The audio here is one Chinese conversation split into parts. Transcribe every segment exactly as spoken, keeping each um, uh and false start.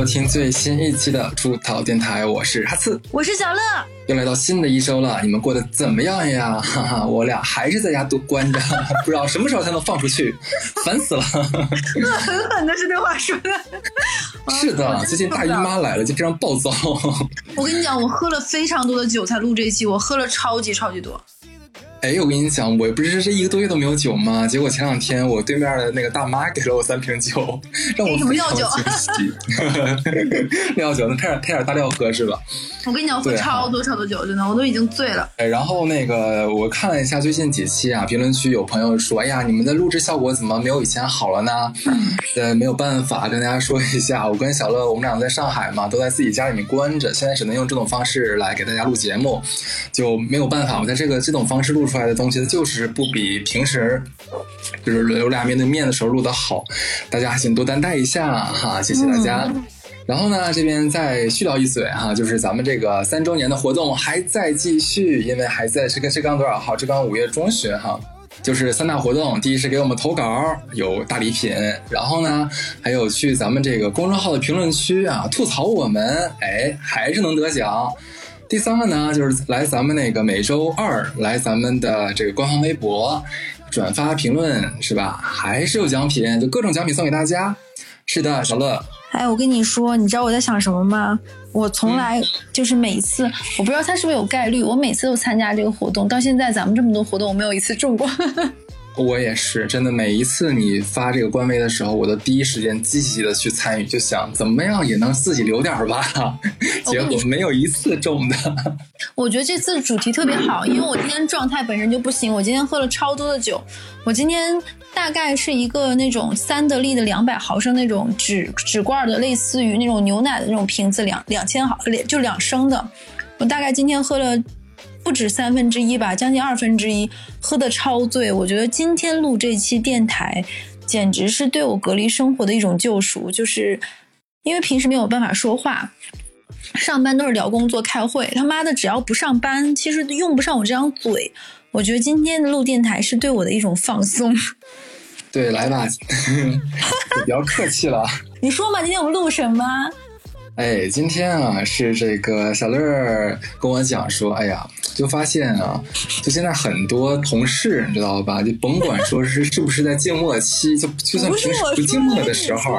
听最新一期的出逃电台，我是哈刺， 我是小乐。 又来到新的一周了，你们过得怎么样呀？哈哈，我俩还是在家都关着，不知道什么时候才能放出去，烦死了。 恶狠狠的是这话说的。 是的，最近大姨妈来了，就非常暴躁。 我跟你讲，我喝了非常多的酒才录这一期，我喝了超级超级多。 哎，我跟你讲，我不是这一个多月都没有酒吗？结果前两天我对面的那个大妈给了我三瓶酒，让我非常惊喜。料酒，那配点配点大料喝是吧？ 我跟你讲，我喝超多超多酒，真的，我都已经醉了。 哎，然后那个我看了一下最近几期啊，评论区有朋友说，哎呀，你们的录制效果怎么没有以前好了呢？呃，没有办法，跟大家说一下，我跟小乐我们俩在上海嘛，都在自己家里面关着，现在只能用这种方式来给大家录节目，就没有办法，我在这个这种方式录出来的东西就是不比平时就是有俩面对面的时候录的好，大家请多担待一下哈，谢谢大家。嗯，然后呢，这边再絮叨一嘴哈，就是咱们这个三周年的活动还在继续，因为还在这个这刚多少号？这刚五月中旬哈，就是三大活动。第一是给我们投稿，有大礼品，然后呢，还有去咱们这个公众号的评论区啊吐槽我们，哎，还是能得奖。第三个呢，就是来咱们那个每周二来咱们的这个官方微博转发评论是吧？还是有奖品，就各种奖品送给大家。是的，小乐。 哎，我跟你说，你知道我在想什么吗？我从来就是每一次，嗯、我不知道他是不是有概率，我每次都参加这个活动，到现在咱们这么多活动，我没有一次中过。 我也是，真的，每一次你发这个官微的时候，我都第一时间积极的去参与，就想怎么样也能自己留点吧，结果没有一次中的。 我觉得这次主题特别好，因为我今天状态本身就不行，我今天喝了超多的酒，我今天大概是一个那种三得利的两百毫升那种纸纸罐的，类似于那种牛奶的那种瓶子，两两千毫就两升的，我大概今天喝了不止三分之一吧，将近二分之一，喝得超醉。我觉得今天录这期电台简直是对我隔离生活的一种救赎，就是因为平时没有办法说话，上班都是聊工作开会，他妈的只要不上班其实用不上我这张嘴，我觉得今天的录电台是对我的一种放松。 对，来吧。不要客气了。 你说嘛，今天我们录什么？ 哎，今天啊是这个小乐跟我讲说，哎呀，就发现啊，就现在很多同事你知道吧，就甭管说是是不是在静默期，就就算平时不静默的时候，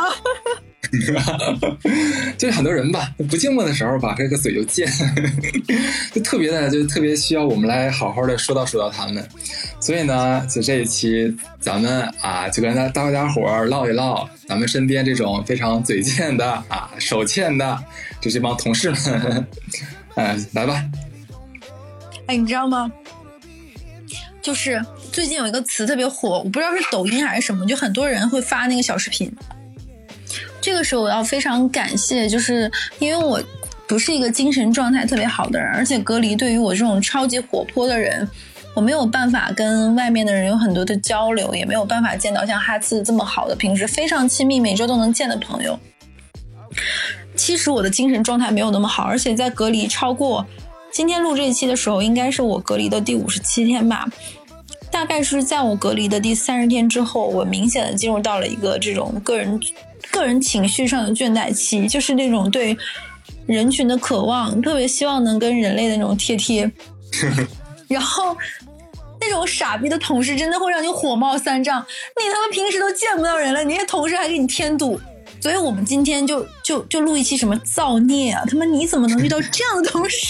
就是很多人吧，不静默的时候吧，这个嘴就贱，就特别的，就特别需要我们来好好的说道说道他们。所以呢，就这一期咱们啊，就跟大大家伙唠一唠咱们身边这种非常嘴贱的啊、手欠的，就这帮同事们，哎，来吧。 哎，你知道吗？就是最近有一个词特别火，我不知道是抖音还是什么，就很多人会发那个小视频。这个时候我要非常感谢，就是因为我不是一个精神状态特别好的人，而且隔离对于我这种超级活泼的人，我没有办法跟外面的人有很多的交流，也没有办法见到像哈次这么好的，平时非常亲密每周都能见的朋友。其实我的精神状态没有那么好，而且在隔离超过今天录这一期的时候应该是我隔离的第五十七天吧，大概是在我隔离的第三十天之后，我明显的进入到了一个这种个人个人情绪上的倦怠期，就是那种对人群的渴望，特别希望能跟人类的那种贴贴然后那种傻逼的同事真的会让你火冒三丈，你他妈平时都见不到人了，你那同事还给你添堵。所以我们今天就就就录一期什么造孽啊，他妈你怎么能遇到这样的同事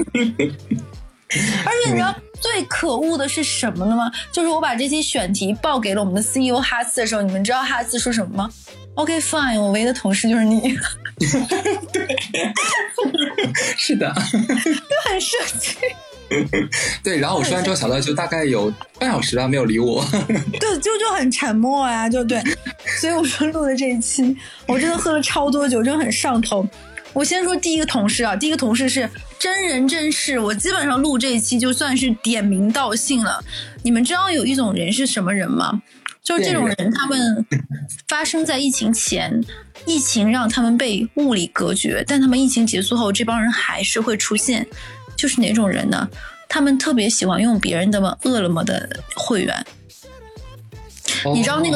而且你知道最可恶的是什么呢吗？就是我把这期选题报给了我们的 C E O 哈次的时候，你们知道哈次说什么吗？ OK fine， 我唯一的同事就是你对，是的， 就很生气对，然后我说完之后，小乐就大概有半小时吧没有理我， 对，就就很沉默呀、啊，就对，所以我们录的这一期，我真的喝了超多酒，真的很上头。我先说第一个同事啊，第一个同事是真人真事，我基本上录这一期就算是点名道姓了。你们知道有一种人是什么人吗？就是这种人，他们发生在疫情前，疫情让他们被物理隔绝，但他们疫情结束后，这帮人还是会出现。就是哪种人呢？他们特别喜欢用别人的饿了么的会员。 哦、 你知道那个饿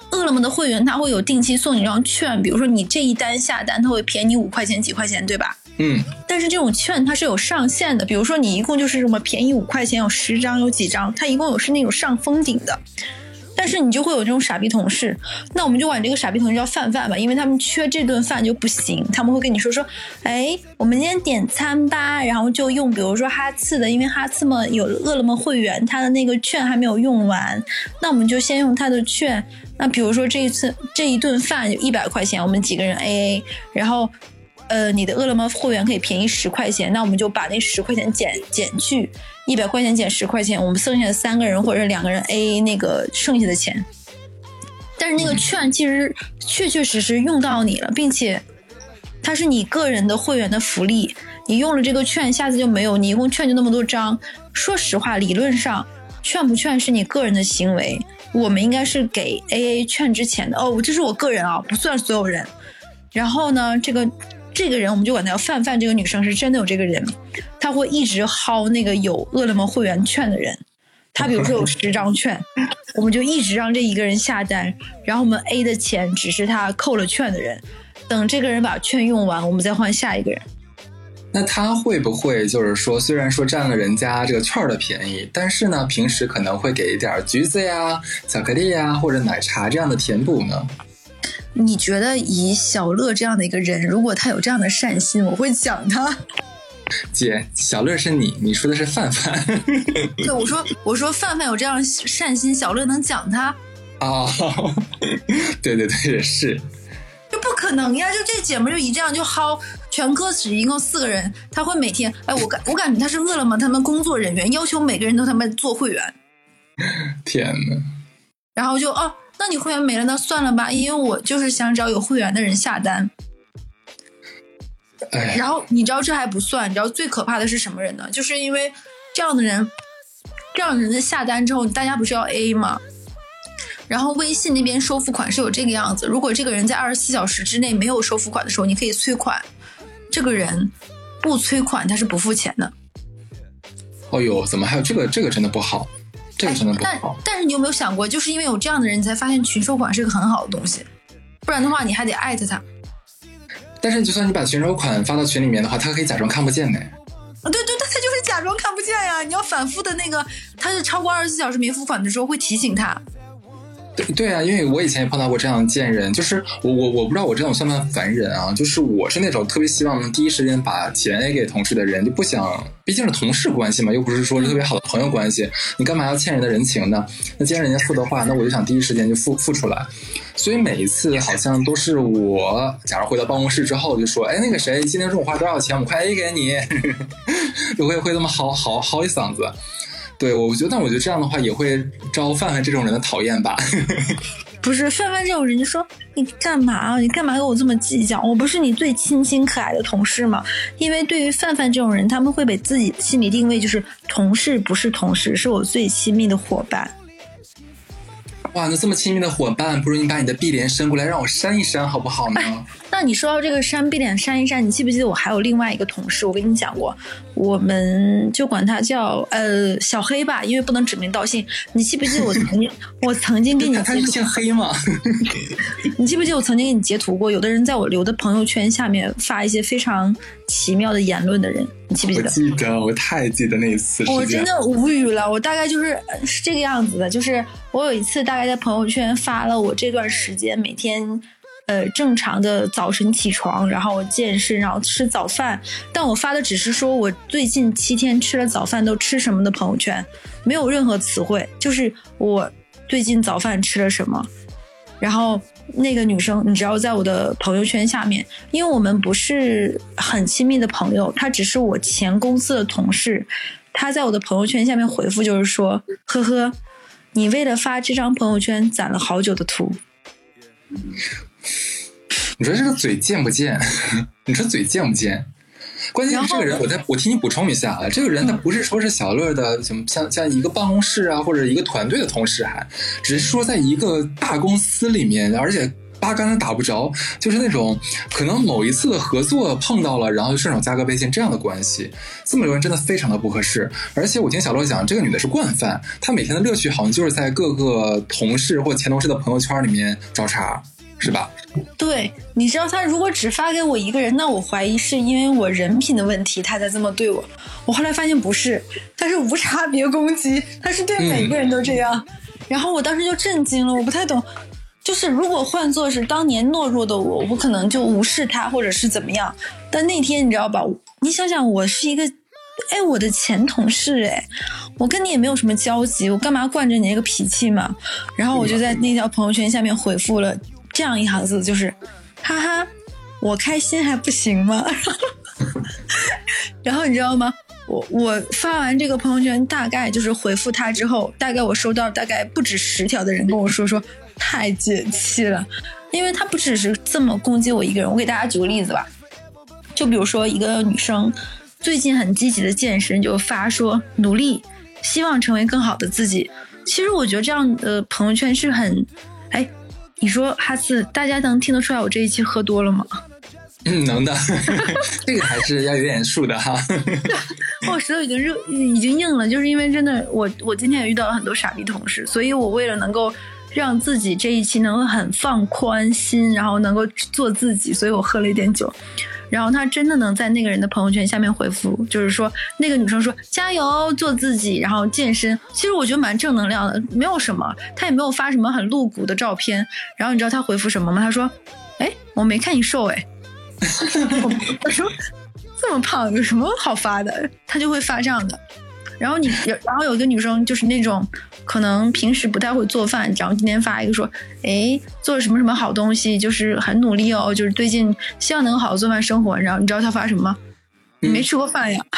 饿了么的会员他会有定期送你一张券，比如说你这一单下单他会便宜你五块钱几块钱，对吧？ 嗯， 但是这种券它是有上限的，比如说你一共就是什么便宜五块钱有十张有几张，它一共有是那种上封顶的。但是你就会有这种傻逼同事，那我们就管这个傻逼同事叫饭饭吧，因为他们缺这顿饭就不行，他们会跟你说说，哎，我们今天点餐吧，然后就用比如说哈次的，因为哈次嘛有饿了么会员，他的那个券还没有用完，那我们就先用他的券，那比如说这一次这一顿饭一百块钱，我们几个人 A A， 然后呃，你的饿了么会员可以便宜十块钱，那我们就把那十块钱减减去，一百块钱减十块钱，我们剩下的三个人或者两个人 A A 那个剩下的钱。但是那个券其实确确实实用到你了，并且它是你个人的会员的福利，你用了这个券下次就没有，你一共券就那么多张。说实话，理论上券不券是你个人的行为，我们应该是给 A A 券之前的哦，这是我个人啊，不算所有人。然后呢，这个这个人我们就管他叫范范，这个女生是真的有这个人，她会一直薅那个有饿了么会员券的人，她比如说有十张券，我们就一直让这一个人下单，然后我们 A 的钱只是他扣了券的人，等这个人把券用完，我们再换下一个人。 那他会不会就是说，虽然说占了人家这个券的便宜，但是呢，平时可能会给一点橘子呀、巧克力呀或者奶茶这样的填补呢？ 你觉得以小乐这样的一个人，如果他有这样的善心，我会讲他？ 姐，小乐是你，你说的是范范。 对，我说我说范范有这样善心，小乐能讲他？ 哦，对对对，也是。 就不可能呀！就这姐们就一这样就薅全科室一共四个人，他会每天哎，我感我感觉他是饿了么他们工作人员，要求每个人都他妈做会员。 天哪！ 然后就哦。那你会员没了，那算了吧，因为我就是想找有会员的人下单。 哎， 然后你知道这还不算，你知道最可怕的是什么人呢？就是因为这样的人，这样的人在下单之后，大家不是要 A 吗？然后微信那边收付款是有这个样子，如果这个人在二十四小时之内没有收付款的时候，你可以催款。这个人不催款，他是不付钱的。 哦呦，怎么还有这个？这个真的不好。这个真的不好。 但但是你有没有想过，就是因为有这样的人，你才发现群收款是个很好的东西，不然的话你还得艾特他。 但是就算你把群收款发到群里面的话，他可以假装看不见的。 对对对，他就是假装看不见呀！你要反复的那个，他是超过二十四小时没付款的时候会提醒他。 对对啊，因为我以前也碰到过这样的贱人，就是我我我不知道我这种算不算烦人啊？就是我是那种特别希望能第一时间把钱 A 给同事的人，就不想，毕竟是同事关系嘛，又不是说是特别好的朋友关系，你干嘛要欠人的人情呢？那既然人家付的话，那我就想第一时间就付付出来。所以每一次好像都是我，假如回到办公室之后就说，哎，那个谁，今天中午花多少钱，我快 A 给你，就会会这么嚎嚎嚎一嗓子。对，我觉得，但我觉得这样的话也会招范范这种人的讨厌吧。 不是范范这种人就说你干嘛？你干嘛跟我这么计较？我不是你最亲亲可爱的同事吗？因为对于范范这种人，他们会被自己心理定位就是同事不是同事，是我最亲密的伙伴。 哇，那这么亲密的伙伴，不如你把你的碧莲伸过来让我扇一扇好不好呢？ 哎，那你说到这个扇碧莲扇一扇，你记不记得我还有另外一个同事，我跟你讲过，我们就管他叫呃小黑吧，因为不能指名道姓。你记不记得我曾经我曾经给你他是姓黑吗？ 你记不记得我曾经给你截图过，有的人在我留的朋友圈下面发一些非常奇妙的言论的人，你记不记得？ 我记得，我太记得那一次。 我真的无语了，我大概就是是这个样子的，就是我有一次大概在朋友圈发了我这段时间每天呃正常的早晨起床，然后我健身，然后吃早饭，但我发的只是说我最近七天吃了早饭都吃什么的朋友圈，没有任何词汇，就是我最近早饭吃了什么。然后那个女生你知道在我的朋友圈下面，因为我们不是很亲密的朋友，她只是我前公司的同事，她在我的朋友圈下面回复就是说，呵呵，你为了发这张朋友圈攒了好久的图。 你说这个嘴贱不贱？你说嘴贱不贱？关键是这个人，我再我替你补充一下啊，这个人他不是说是小乐的什么像像一个办公室啊或者一个团队的同事，还只是说在一个大公司里面，而且八竿子打不着，就是那种可能某一次的合作碰到了，然后就顺手加个微信这样的关系，这么留人真的非常的不合适。而且我听小乐讲，这个女的是惯犯，她每天的乐趣好像就是在各个同事或前同事的朋友圈里面找茬，是吧？ 对，你知道她如果只发给我一个人，那我怀疑是因为我人品的问题，她才这么对我。我后来发现不是，她是无差别攻击，她是对每个人都这样。嗯、然后我当时就震惊了，我不太懂。就是如果换作是当年懦弱的我，我可能就无视他或者是怎么样。但那天你知道吧，你想想我是一个哎我的前同事哎，我跟你也没有什么交集，我干嘛惯着你那个脾气嘛？然后我就在那条朋友圈下面回复了这样一行字，就是哈哈我开心还不行吗？然后你知道吗，我我发完这个朋友圈大概就是回复他之后，大概我收到大概不止十条的人跟我说说太解气了，因为他不只是这么攻击我一个人。我给大家举个例子吧，就比如说一个女生最近很积极的健身，就发说努力希望成为更好的自己。其实我觉得这样的朋友圈是很哎，你说哈斯大家能听得出来我这一期喝多了吗？ 嗯，能的。这个还是要有点数的哈。 我舌头已经热已经硬了，就是因为真的我我今天也遇到了很多傻逼同事，所以我为了能够让自己这一期能够很放宽心，然后能够做自己，所以我喝了一点酒。然后他真的能在那个人的朋友圈下面回复，就是说那个女生说加油做自己，然后健身，其实我觉得蛮正能量的，没有什么，他也没有发什么很露骨的照片。然后你知道他回复什么吗？他说哎我没看你瘦哎。我说这么胖有什么好发的？他就会发这样的。然后你然后有一个女生就是那种可能平时不太会做饭，然后今天发一个说哎做了什么什么好东西，就是很努力哦，就是最近希望能够好好做饭生活。然后你知道他发什么吗？你没吃过饭呀。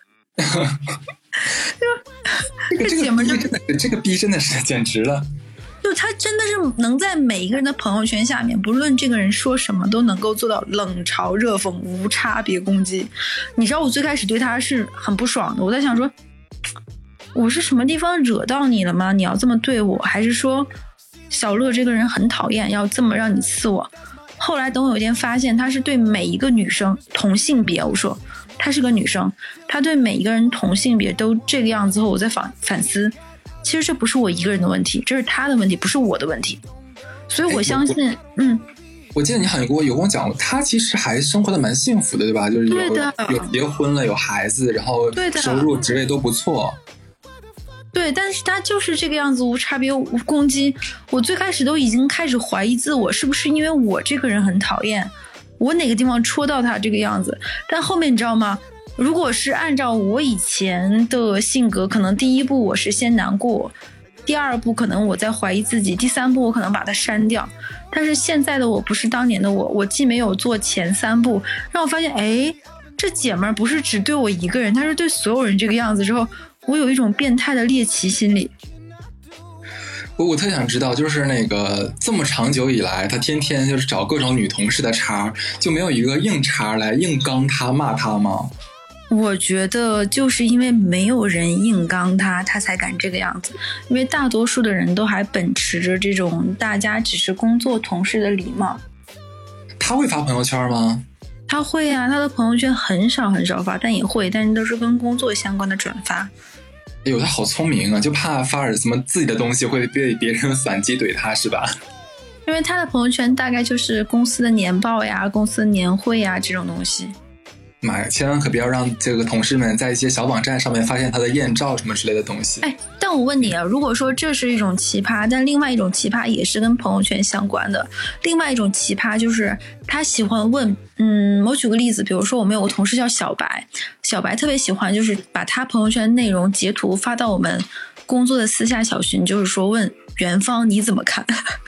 这个姐们真的这个逼真的是简直了， 就他真的是能在每一个人的朋友圈下面，不论这个人说什么都能够做到冷嘲热讽无差别攻击。你知道我最开始对他是很不爽的，我在想说我是什么地方惹到你了吗？你要这么对我？还是说小乐这个人很讨厌要这么让你刺我？后来等我有一天发现他是对每一个女生同性别，我说他是个女生，他对每一个人同性别都这个样子后，我在反反思其实这不是我一个人的问题，这是他的问题，不是我的问题。所以我相信我嗯我记得你好像有有跟我讲过，他其实还生活的蛮幸福的，对吧？就是有有结婚了，有孩子，然后收入职位都不错。 对，但是他就是这个样子无差别无攻击。我最开始都已经开始怀疑自我，是不是因为我这个人很讨厌，我哪个地方戳到他这个样子。但后面你知道吗，如果是按照我以前的性格，可能第一步我是先难过，第二步可能我在怀疑自己，第三步我可能把它删掉。但是现在的我不是当年的我，我既没有做前三步，让我发现哎，这姐们儿不是只对我一个人，她是对所有人这个样子之后，我有一种变态的猎奇心理。 我我特想知道，就是那个这么长久以来，他天天就是找各种女同事的茬，就没有一个硬茬来硬刚他骂他吗？ 我觉得就是因为没有人硬刚他，他才敢这个样子。因为大多数的人都还秉持着这种大家只是工作同事的礼貌。 他会发朋友圈吗？ 他会啊，他的朋友圈很少很少发，但也会，但是都是跟工作相关的转发。 哎呦，他好聪明啊，就怕发点什么自己的东西会被别人反击怼他，是吧？ 因为他的朋友圈大概就是公司的年报呀、公司的年会呀这种东西。 妈呀，千万可不要让这个同事们在一些小网站上面发现他的艳照什么之类的东西。哎， 但我问你啊，如果说这是一种奇葩，但另外一种奇葩也是跟朋友圈相关的。另外一种奇葩就是他喜欢问，嗯，我举个例子，比如说我们有个同事叫小白，小白特别喜欢就是把他朋友圈内容截图发到我们工作的私下小群，就是说问元芳你怎么看？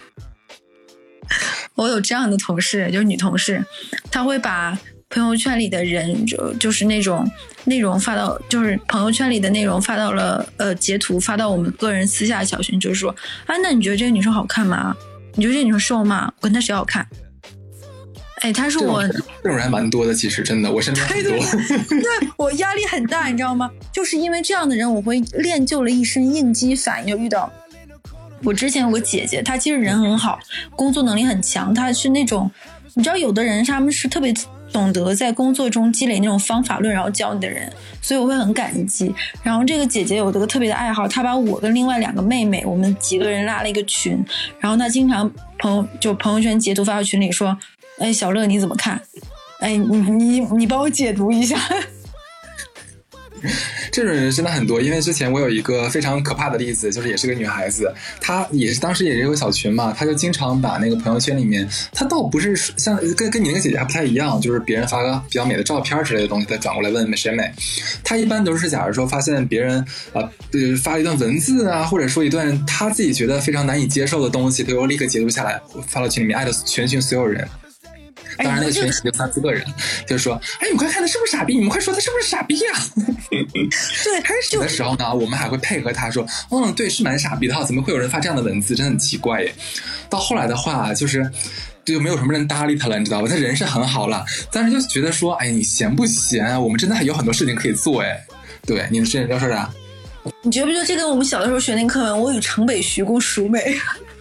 我有这样的同事，就是女同事，她会把朋友圈里的人就就是那种内容发到，就是朋友圈里的内容发到了呃截图发到我们个人私下小群，就是说啊，那你觉得这个女生好看吗？你觉得这个女生瘦吗？我跟她谁好看？哎，她是我这种人还蛮多的，其实真的我身边很多。 对, 对, 对, 对我压力很大，你知道吗？就是因为这样的人，我会练就了一身应激反应，就遇到我之前有个姐姐，她其实人很好，工作能力很强，她是那种你知道有的人他们是特别懂得在工作中积累那种方法论然后教你的人，所以我会很感激。然后这个姐姐有这个特别的爱好，她把我跟另外两个妹妹我们几个人拉了一个群，然后她经常朋友就朋友圈截图发到群里说，哎小乐你怎么看，哎你你你帮我解读一下。 这种人真的很多，因为之前我有一个非常可怕的例子，就是也是个女孩子，她也是当时也是有个小群嘛，她就经常把那个朋友圈里面，她倒不是像跟跟你那个姐姐还不太一样，就是别人发个比较美的照片之类的东西，她转过来问谁美。她一般都是假如说发现别人啊、呃、发了一段文字啊，或者说一段她自己觉得非常难以接受的东西，她就立刻截图下来发到群里面，艾特全群所有人。当然那个群体就三四个人，就说哎你们快看他是不是傻逼，你们快说他是不是傻逼呀、啊、 对， 开始的时候呢我们还会配合他说嗯对是蛮傻逼的，怎么会有人发这样的文字，真的很奇怪耶。到后来的话就是就没有什么人搭理他了，你知道吧，他人是很好了，但是就觉得说哎你闲不闲，我们真的还有很多事情可以做哎。对，你们是要说啥？ 你觉不觉得这跟我们小的时候学那个课文我与城北徐公孰美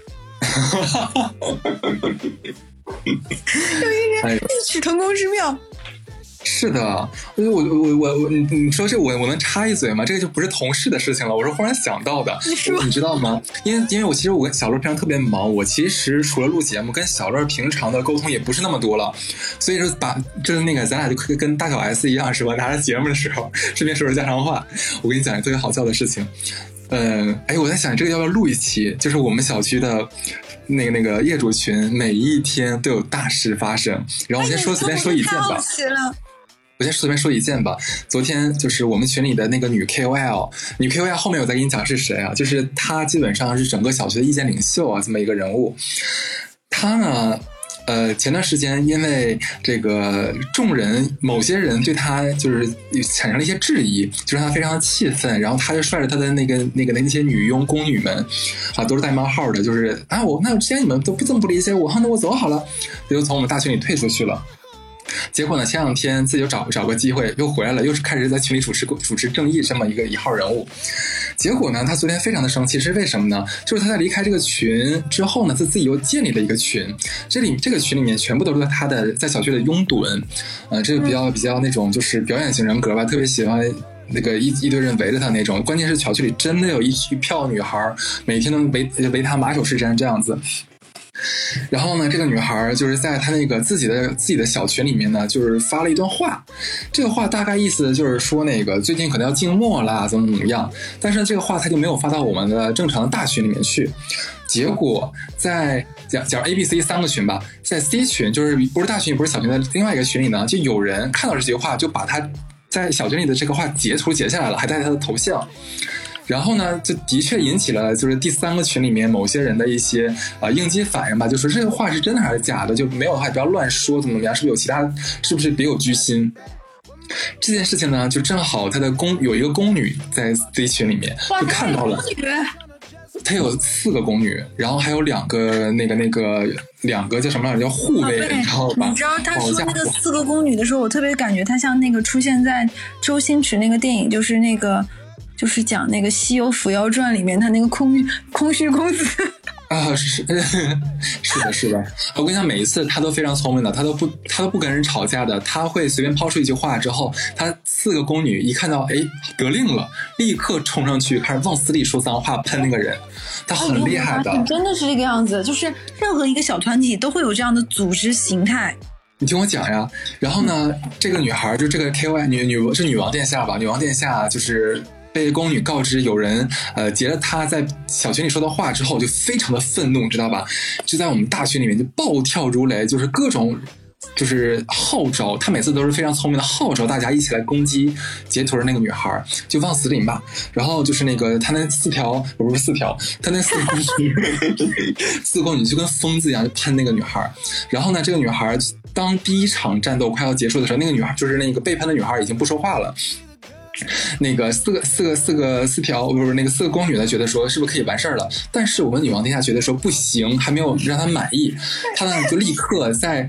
有一点异曲同工之妙。 是的，我我我我我你你说这我我能插一嘴吗？这个就不是同事的事情了，我是忽然想到的。 你说你知道吗？因为因为我其实我跟小乐平常特别忙，我其实除了录节目，跟小乐平常的沟通也不是那么多了，所以说把就是那个咱俩就可以跟大小 S 一样，是吧？拿着节目的时候顺便说说家常话。我跟你讲一个特别好笑的事情。嗯，哎，我在想这个要不要录一期，就是我们小区的那个那个业主群，每一天都有大事发生。然后我先说随便说一件吧。我先随便说一件吧。昨天就是我们群里的那个女 K O L， 女 K O L 后面我再跟你讲是谁啊？就是她基本上是整个小区的意见领袖啊，这么一个人物。她呢？呃，前段时间因为这个众人某些人对他就是产生了一些质疑，就让他非常的气愤，然后他就率着他的那个那个那些女佣宫女们啊，都是带冒号的，就是啊我那既然你们都不这么不理解我，那我走好了，就从我们大群里退出去了。结果呢，前两天自己又找找个机会又回来了，又是开始在群里主持主持正义这么一个一号人物。结果呢，他昨天非常的生气，是为什么呢？就是他在离开这个群之后呢，他自己又建立了一个群，这里这个群里面全部都是他的在小区的拥趸，呃，这个比较比较那种就是表演型人格吧，特别喜欢那个一一堆人围着他那种。关键是小区里真的有一一票女孩，每天都围围他马首是瞻这样子。然后呢，这个女孩就是在她那个自己的自己的小群里面呢，就是发了一段话。这个话大概意思就是说，那个最近可能要静默啦，怎么怎么样。但是这个话她就没有发到我们的正常的大群里面去。结果在讲讲 A、B、C 三个群吧，在 C 群就是不是大群也不是小群的另外一个群里呢，就有人看到这句话，就把她在小群里的这个话截图截下来了，还带她的头像。然后呢，就的确引起了就是第三个群里面某些人的一些啊、呃、应激反应吧，就说这个话是真的还是假的，就没有的话不要乱说，怎么怎么样，是不是有其他，是不是别有居心？这件事情呢，就正好他的宫有一个宫女在 C 群里面就看到了，他有四个宫女，然后还有两个那个那个两个叫什么来着，叫护卫， 啊、 你知道吧？ 你知道他说那个四个宫女的时候，我特别感觉他像那个出现在周星驰那个电影，就是那个。就是讲那个《西游伏妖传》里面他那个空空虚公子啊，是是的，是的。我跟你讲，每一次他都非常聪明的，他都不他都不跟人吵架的，他会随便抛出一句话之后，他四个宫女一看到哎得令了，立刻冲上去开始往死里说脏话，喷那个人，他很厉害的。 哦、真的是这个样子，就是任何一个小团体都会有这样的组织形态。 你听我讲呀，然后呢，这个女孩就这个 K O I 女女是女王殿下吧？女王殿下就是被宫女告知有人呃截了她在小群里说的话之后，就非常的愤怒，知道吧？就在我们大群里面就暴跳如雷，就是各种就是号召，她每次都是非常聪明的号召大家一起来攻击截图的那个女孩，就往死里骂。然后就是那个她那四条不是四条，她那四个宫女四个宫女就跟疯子一样就喷那个女孩。然后呢，这个女孩当第一场战斗快要结束的时候，那个女孩就是那个被喷的女孩已经不说话了。那个四个四个四个四条不是那个四个宫女呢，觉得说是不是可以完事儿了？但是我们女王殿下觉得说不行，还没有让她满意，她呢就立刻在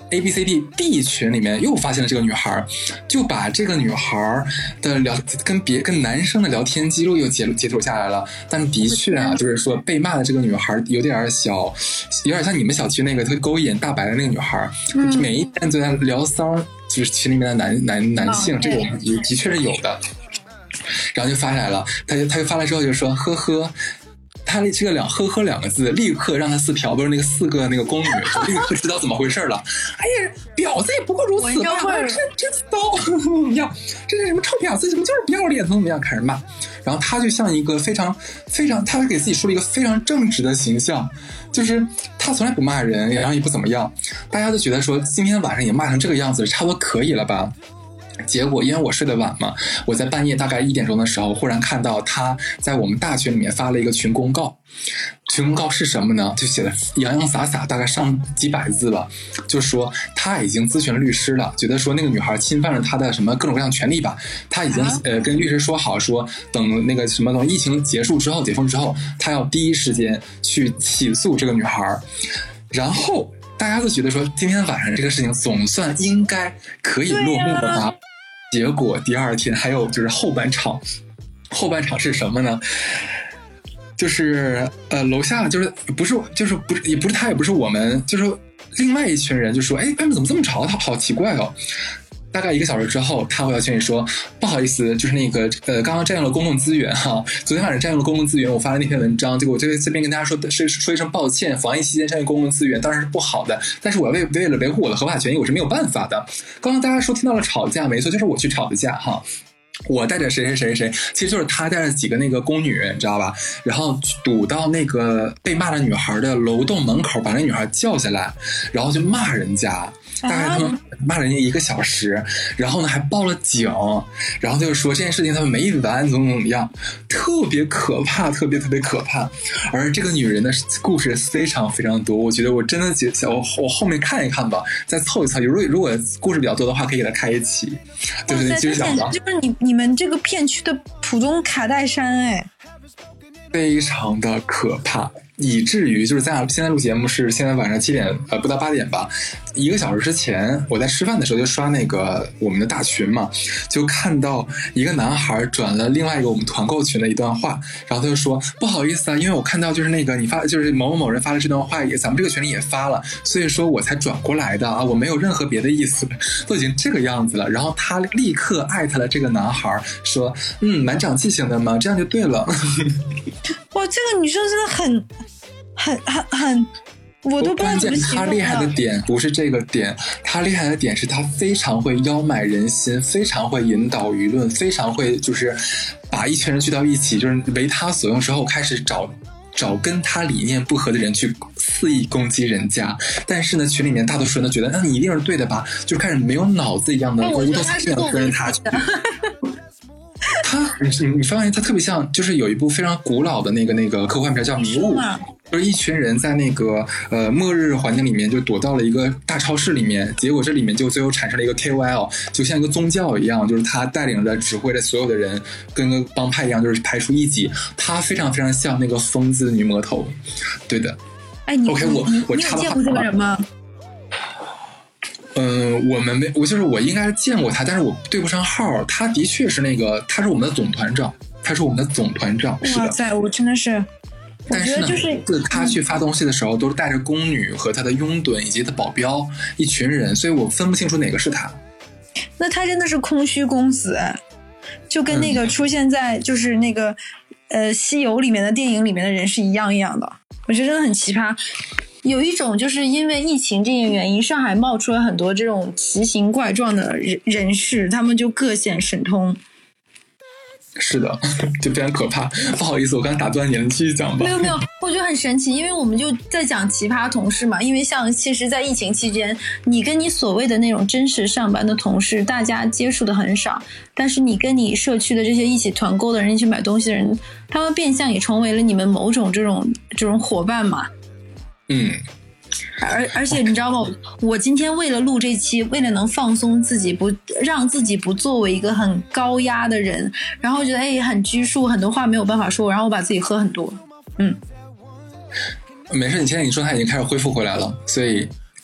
A B C D D 群里面又发现了这个女孩，就把这个女孩的聊跟别跟男生的聊天记录又截截图下来了。但是的确啊，就是说被骂的这个女孩有点小，有点像你们小区那个特勾眼大白的那个女孩，嗯、每一天都在聊骚，就是群里面的男男男性，哦、这种也的确是有的。然后就发下来了，他就他就发来之后就说呵呵。他这个两呵呵两个字，立刻让他四嫖，不是那个四个那个宫女，就立刻知道怎么回事了。哎呀，婊子也不过如此吧，真真骚呀！这是什么臭婊子？怎么就是不要脸？怎么怎么样？开始骂。然后他就像一个非常非常，他给自己树立一个非常正直的形象，就是他从来不骂人，然后也不怎么样。大家都觉得说，今天晚上也骂成这个样子，差不多可以了吧？结果因为我睡得晚嘛，我在半夜大概一点钟的时候，忽然看到他在我们大群里面发了一个群公告。群公告是什么呢？就写的洋洋洒洒，大概上几百字吧，就说他已经咨询了律师了，觉得说那个女孩侵犯了他的什么各种各样权利吧，他已经呃跟律师说好，说等那个什么疫情结束之后，解封之后，他要第一时间去起诉这个女孩，然后。大家都觉得说今天晚上这个事情总算应该可以落幕了吧、啊、结果第二天还有就是后半场，后半场是什么呢？就是呃楼下就是不是就是不是也不是他也不是我们，就是另外一群人就说，哎，外面怎么这么吵？他好奇怪哦。大概一个小时之后，他会要群里说不好意思，就是那个呃，刚刚占用了公共资源哈，昨天晚上占用了公共资源，我发了那篇文章，结果我这这边跟大家说是说一声抱歉，防疫期间占用公共资源当然是不好的，但是我为为了维护我的合法权益，我是没有办法的。刚刚大家说听到了吵架，没错，就是我去吵的架哈。我带着谁谁谁谁，其实就是他带着几个那个宫女，你知道吧？然后堵到那个被骂的女孩的楼栋门口，把那女孩叫下来，然后就骂人家。大概他们骂人家一个小时，然后呢还报了警，然后就说这件事情他们没完，怎么怎么样，特别可怕，特别特别可怕。而这个女人的故事非常非常多，我觉得我真的觉得我我后面看一看吧，再凑一凑。如果如果故事比较多的话，可以给他开一期。对对对，就是讲的， 就是你你们这个片区的浦东卡戴珊，哎， 非常的可怕。以至于就是咱俩现在录节目是现在晚上七点呃不到八点吧，一个小时之前我在吃饭的时候就刷那个我们的大群嘛，就看到一个男孩转了另外一个我们团购群的一段话，然后他就说不好意思啊，因为我看到就是那个你发就是某某某人发了这段话，也咱们这个群里也发了，所以说我才转过来的啊，我没有任何别的意思，都已经这个样子了。然后他立刻艾特了这个男孩说嗯蛮长记性的嘛，这样就对了。 哇，这个女生真的很很很很，我都不知道怎么形容了。 他厉害的点不是这个点，他厉害的点是他非常会邀买人心，非常会引导舆论，非常会就是把一群人聚到一起，就是为他所用之后开始找找跟他理念不合的人去肆意攻击人家。但是呢群里面大多数人都觉得那你一定是对的吧，就开始没有脑子一样的无头苍蝇的跟着他去。他你你发现他特别像，就是有一部非常古老的那个那个科幻片叫《迷雾》，就是一群人在那个呃末日环境里面就躲到了一个大超市里面，结果这里面就最后产生了一个 K O L， 就像一个宗教一样，就是他带领着指挥着所有的人，跟个帮派一样，就是排除异己。他非常非常像那个疯子女魔头，对的。 哎，你 OK， 我我你有见过这个人吗？ 嗯，我们没，我就是我应该见过他，但是我对不上号。他的确是那个，他是我们的总团长，他是我们的总团长。是的， 哇塞，我真的是， 但是呢， 就是他去发东西的时候，都是带着宫女和他的拥趸以及他保镖一群人，所以我分不清楚哪个是他。 那他真的是空虚公子，就跟那个出现在就是那个、嗯、呃西游里面的电影里面的人是一样一样的，我觉得真的很奇葩。有一种就是因为疫情这件原因，上海冒出了很多这种奇形怪状的人人士，他们就各显神通。 是的，就非常可怕。不好意思，我刚才打断你了，你继续讲吧。 没有没有，我觉得很神奇，因为我们就在讲奇葩同事嘛。因为像其实，在疫情期间，你跟你所谓的那种真实上班的同事，大家接触的很少，但是你跟你社区的这些一起团购的人、一起买东西的人，他们变相也成为了你们某种这种这种伙伴嘛。 嗯， 而而且你知道吗？我今天为了录这期，为了能放松自己，不让自己不作为一个很高压的人，然后觉得哎很拘束，很多话没有办法说，然后我把自己喝很多。嗯， 没事，你现在你状态已经开始恢复回来了，所以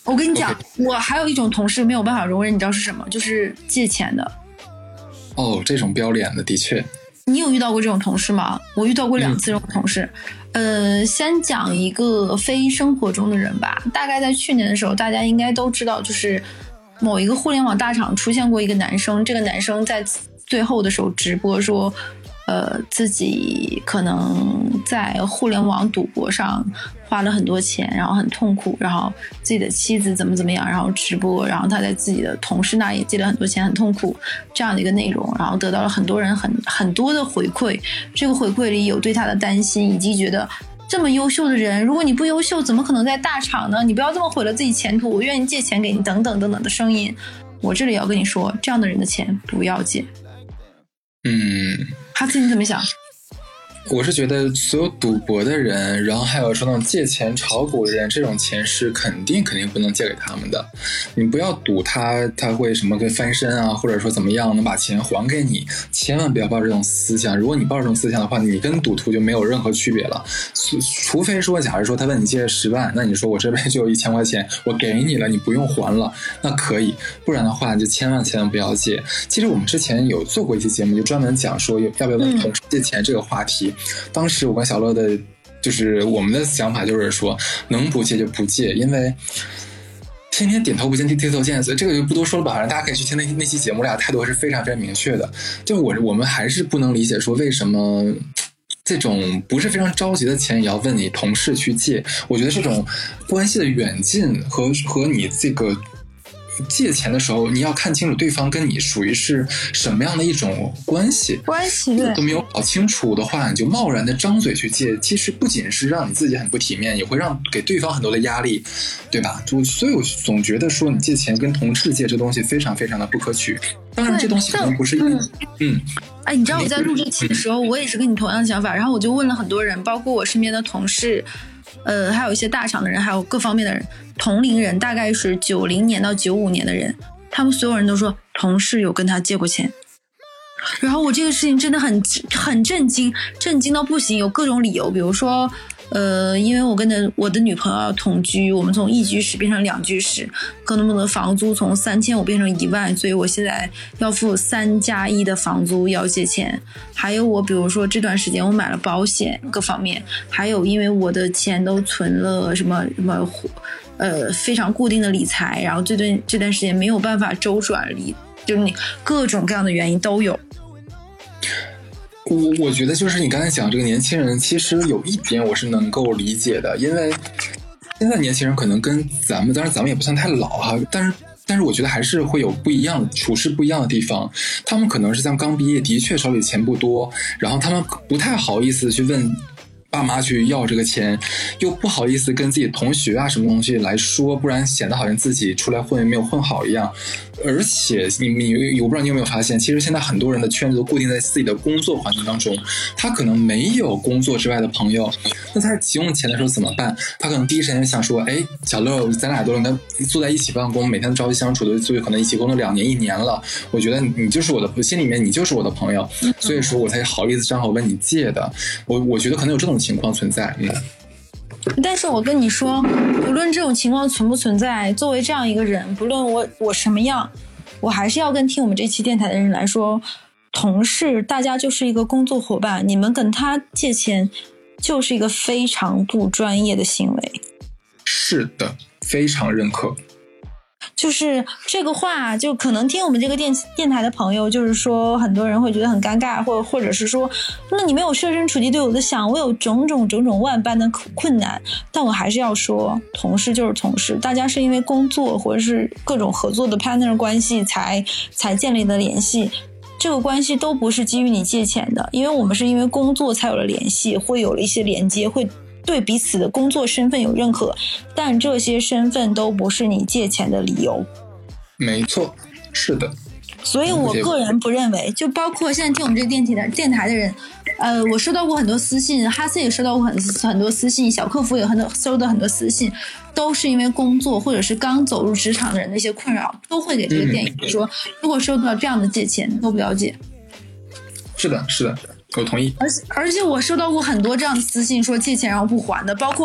我跟你讲， Okay. 我还有一种同事没有办法容忍，你知道是什么？就是借钱的。 哦，这种不要脸的，的确。 你有遇到过这种同事吗？我遇到过两次这种同事。嗯、呃，先讲一个非生活中的人吧。大概在去年的时候，大家应该都知道，就是某一个互联网大厂出现过一个男生，这个男生在最后的时候直播说，呃，自己可能在互联网赌博上花了很多钱，然后很痛苦，然后自己的妻子怎么怎么样，然后直播，然后他在自己的同事那也借了很多钱，很痛苦这样的一个内容，然后得到了很多人很很多的回馈。这个回馈里有对他的担心，以及觉得这么优秀的人，如果你不优秀，怎么可能在大厂呢？你不要这么毁了自己前途，我愿意借钱给你，等等等等的声音。我这里要跟你说，这样的人的钱不要借。 嗯， 哈斯你怎么想？ 我是觉得所有赌博的人，然后还有说那种借钱炒股的人，这种钱是肯定肯定不能借给他们的。你不要赌他他会什么会翻身啊，或者说怎么样能把钱还给你，千万不要抱着这种思想。如果你抱着这种思想的话，你跟赌徒就没有任何区别了。除非说假如说他问你借十万，那你说我这边就有一千块钱我给你了，你不用还了，那可以。不然的话就千万千万不要借。其实我们之前有做过一期节目，就专门讲说要不要跟同事借钱这个话题。嗯，当时我跟小乐的就是我们的想法就是说能不借就不借，因为天天点头不见低头见，所以这个就不多说了吧，反正大家可以去听那那期节目，俩态度是非常非常明确的。就我我们还是不能理解说为什么这种不是非常着急的钱也要问你同事去借。我觉得这种关系的远近和和你这个借钱的时候，你要看清楚对方跟你属于是什么样的一种关系。 关系对都没有搞清楚的话，你就贸然的张嘴去借，其实不仅是让你自己很不体面，也会让给对方很多的压力，对吧？就所以我总觉得说你借钱跟同事借这东西非常非常的不可取。当然，这东西可能不是嗯嗯。 哎，你知道我在录这期的时候，我也是跟你同样的想法，然后我就问了很多人，包括我身边的同事。呃，还有一些大厂的人，还有各方面的人，同龄人大概是九零年到九五年的人，他们所有人都说同事有跟他借过钱。然后我这个事情真的很很震惊，震惊到不行，有各种理由，比如说，呃，因为我跟的我的女朋友同居，我们从一居室变成两居室，可能我的房租从三千五变成一万，所以我现在要付三加一的房租，要借钱。还有我比如说这段时间我买了保险，各方面，还有因为我的钱都存了什么什么，呃，非常固定的理财，然后这段这段时间没有办法周转理，就是你各种各样的原因都有。 我我觉得就是你刚才讲这个年轻人，其实有一点我是能够理解的，因为现在年轻人可能跟咱们，当然咱们也不算太老哈，但是但是我觉得还是会有不一样处事不一样的地方。他们可能是像刚毕业，的确手里钱不多，然后他们不太好意思去问爸妈去要这个钱，又不好意思跟自己同学啊什么东西来说，不然显得好像自己出来混没有混好一样。而且你你我不知道你有没有发现，其实现在很多人的圈子都固定在自己的工作环境当中，他可能没有工作之外的朋友，那他急用钱的时候怎么办？他可能第一时间想说，哎，小乐，咱俩都应该坐在一起办公，每天朝夕相处的，所以可能一起工作两年一年了，我觉得你就是我的，心里面你就是我的朋友，所以说我才好意思张口问你借的。我我觉得可能有这种情况存在，嗯。 但是我跟你说，无论这种情况存不存在，作为这样一个人，不论我我什么样，我还是要跟听我们这期电台的人来说，同事大家就是一个工作伙伴，你们跟他借钱就是一个非常不专业的行为。 是的，非常认可。 就是这个话，就可能听我们这个电电台的朋友，就是说很多人会觉得很尴尬，或者或者是说，那你没有设身处地对我的想，我有种种种种万般的困难，但我还是要说，同事就是同事，大家是因为工作或者是各种合作的 partner 关系才才建立的联系。这个关系都不是基于你借钱的，因为我们是因为工作才有了联系，会有了一些连接，会对彼此的工作身份有认可，但这些身份都不是你借钱的理由。 没错，是的。 所以我个人不认为，就包括现在听我们这个电台的电台的人，呃，我收到过很多私信，哈斯也收到过很很多私信，小客服也很多收到很多私信，都是因为工作或者是刚走入职场的人的一些困扰，都会给这个建议说，如果收到这样的借钱，都不要借。 是的，是的。我同意。 而且而且我收到过很多这样的私信，说借钱然后不还的，包括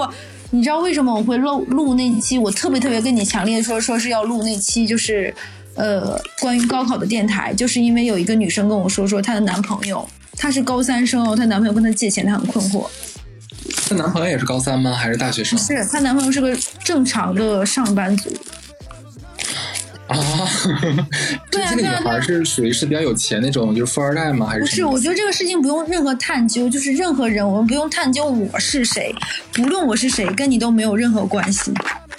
你知道为什么我会录录那期？我特别特别跟你强烈说说是要录那期，就是呃关于高考的电台，就是因为有一个女生跟我说说她的男朋友，她是高三生哦，她男朋友跟她借钱，她很困惑。 她男朋友也是高三吗？还是大学生？ 不是，她男朋友是个正常的上班族。 啊，这这个女孩是属于是比较有钱那种，就是富二代吗？还是不是？我觉得这个事情不用任何探究，就是任何人，我们不用探究我是谁，不论我是谁，跟你都没有任何关系。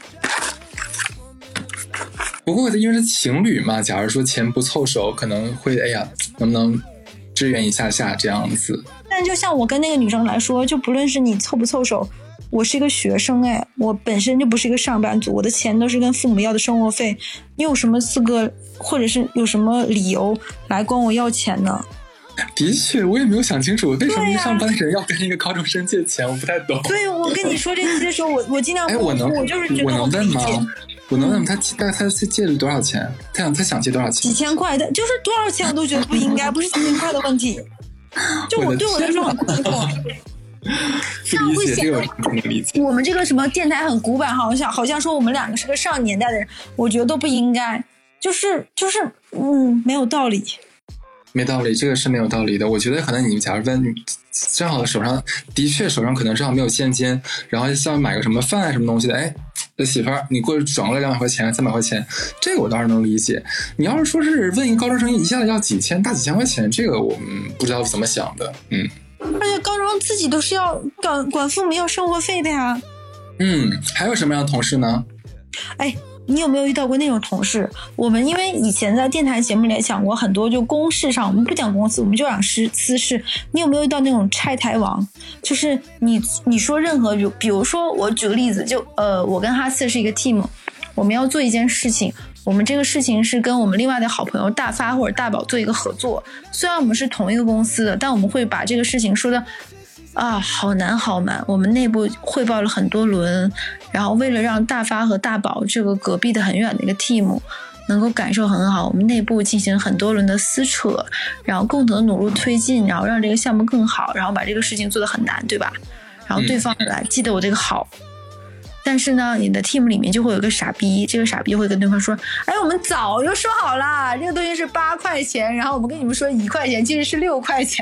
不过因为是情侣嘛，假如说钱不凑手，可能会哎呀，能不能支援一下下这样子？ 但就像我跟那个女生来说，就不论是你凑不凑手。我是一个学生哎，我本身就不是一个上班族，我的钱都是跟父母要的生活费，你有什么资格或者是有什么理由来管我要钱呢？ 的确，我也没有想清楚，为什么一个上班的人要跟一个高中生借钱，我不太懂。 对，我跟你说这期的时候，我我尽量， 哎，我能， 我就是觉得我能问吗？我能问嗯、 他大概他借了多少钱？他想他想借多少钱？ 几千块的，就是多少钱我都觉得不应该，不是几千块的问题。就我对我来说很困惑。这样会显得我们这个什么电台很古板，好像好像说我们两个是个上年代的人，我觉得都不应该，就是就是嗯，没有道理， 没道理，这个是没有道理的。我觉得可能你假如问，正好手上的确手上可能正好没有现金，然后像买个什么饭啊什么东西的，哎，媳妇儿你过去转过来两百块钱三百块钱，这个我倒是能理解。你要是说是问一个高中生一下子要几千大几千块钱，这个我们不知道怎么想的，嗯。 而且高中生自己都是要管管父母要生活费的呀。 嗯，还有什么样的同事呢？ 哎，你有没有遇到过那种同事？我们因为以前在电台节目里也讲过很多，就公事上我们不讲公司，我们就讲私私事。你有没有遇到那种拆台王？就是你你说任何，比如说我举个例子，就呃，我跟哈次是一个 team， 我们要做一件事情。我们这个事情是跟我们另外的好朋友大发或者大宝做一个合作，虽然我们是同一个公司的，但我们会把这个事情说的啊好难好难，我们内部汇报了很多轮，然后为了让大发和大宝这个隔壁的很远的一个 team 能够感受很好，我们内部进行很多轮的撕扯，然后共同的努力推进，然后让这个项目更好，然后把这个事情做得很难，对吧？然后对方来记得我这个好。但是呢，你的 team 里面就会有一个傻逼，这个傻逼会跟对方说：“哎，我们早就说好了，这个东西是八块钱，然后我们跟你们说一块钱，其实是六块钱。”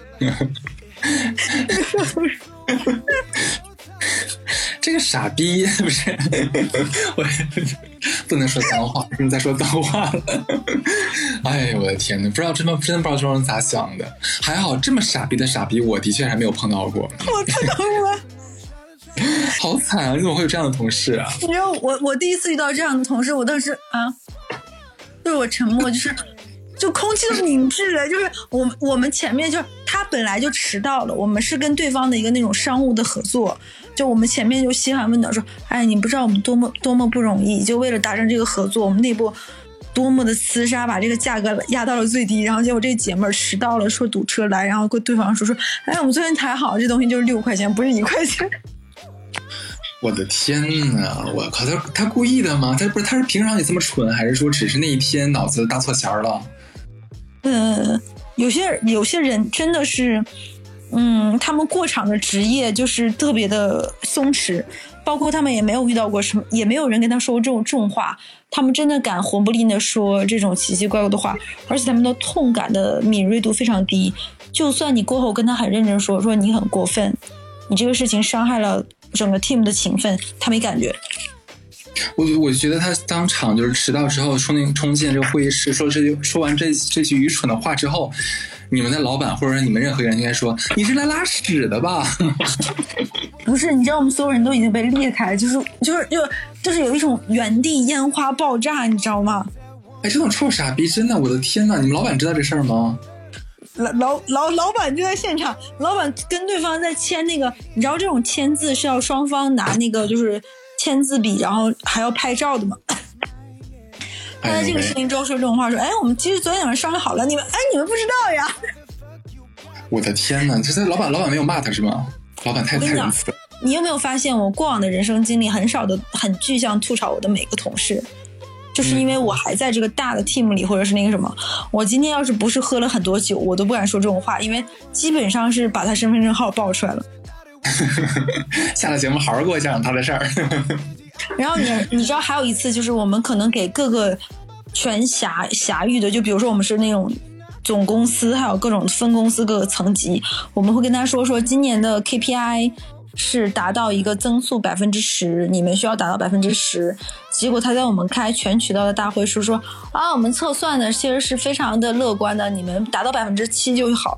这个傻逼不是我不能说脏话，不能再说脏话了。哎呦我的天哪，不知道真的真的不知道这种人咋想的。还好这么傻逼的傻逼，我的确还没有碰到过。 我碰到过。 好惨啊！怎么会有这样的同事啊？ 你知道我我第一次遇到这样的同事，我当时啊，就是我沉默，就是就空气都凝滞了，就是我我们前面就是他本来就迟到了，我们是跟对方的一个那种商务的合作，就我们前面就嘘寒问暖说，哎，你不知道我们多么多么不容易，就为了达成这个合作，我们内部多么的厮杀，把这个价格压到了最低，然后结果这个姐妹迟到了，说堵车来，然后跟对方说说，哎，我们昨天谈好这东西就是六块钱，不是一块钱。 我的天哪！我靠，他他故意的吗？他不是他是平常也这么蠢，还是说只是那一天脑子搭错弦了？ 嗯，有些有些人真的是，嗯，他们过场的职业就是特别的松弛，包括他们也没有遇到过什么，也没有人跟他说这种重话，他们真的敢活不吝的说这种奇奇怪怪的话，而且他们的痛感的敏锐度非常低，就算你过后跟他很认真说说你很过分，你这个事情伤害了整个 team 的情分，他没感觉。 我我觉得他当场就是迟到之后冲进冲进这个会议室，说这说完这这句愚蠢的话之后，你们的老板或者你们任何人应该说你是来拉屎的吧？ 不是，你知道我们所有人都已经被裂开，就是就是就就是有一种原地烟花爆炸，你知道吗？ 哎，这种臭傻逼，真的，我的天哪！你们老板知道这事儿吗？ 老老老老板就在现场，老板跟对方在签那个，你知道这种签字是要双方拿那个就是签字笔，然后还要拍照的吗？他在这个事情之后说这种话，说：“哎，我们其实昨天晚上商量好了，你们哎你们不知道呀。” 我的天哪！这这老板老板没有骂他是吗？老板太太仁慈了。 你有没有发现我过往的人生经历很少的很具象吐槽我的每个同事？就是因为我还在这个大的 team 里，或者是那个什么，我今天要是不是喝了很多酒，我都不敢说这种话，因为基本上是把他身份证号报出来了。 下了节目好好给我讲讲他的事儿。 然后你你知道还有一次，就是我们可能给各个全辖辖域的，就比如说我们是那种总公司，还有各种分公司各个层级，我们会跟他说说今年的 K P I 是达到一个增速百分之十，你们需要达到百分之十。结果他在我们开全渠道的大会说说啊，我们测算的其实是非常的乐观的，你们达到百分之七就好。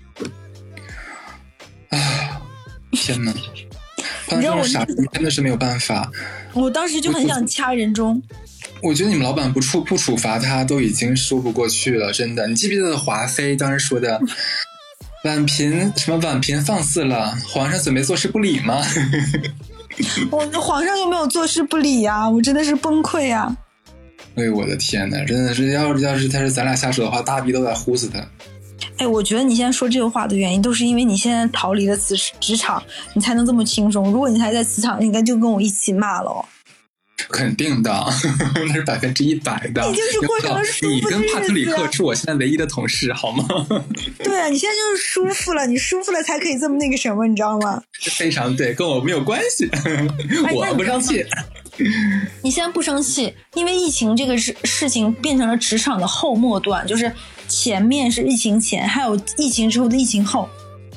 啊，天哪！但这种傻逼真的是没有办法。 我当时就很想掐人中。 我觉得你们老板不处不处罚他都已经说不过去了，真的。你记不记得华妃当时说的婉嫔什么婉嫔放肆了，皇上准备坐视不理吗？ 我皇上又没有坐视不理啊，我真的是崩溃啊！ 哎呦我的天哪，真的是要要是他是咱俩下手的话，大逼都得呼死他。 哎，我觉得你现在说这个话的原因，都是因为你现在逃离了职职场，你才能这么轻松。如果你还在职场，应该就跟我一起骂了哦。 肯定的，那是百分之一百的。 你就是过上了舒服的日子。 你跟帕特里克是我现在唯一的同事，好吗？ 对啊，你现在就是舒服了，你舒服了才可以这么那个什么，你知道吗？ 非常对，跟我没有关系，我不生气。 你现在不生气，因为疫情这个事事情变成了职场的后末段，就是前面是疫情前，还有疫情之后的疫情后。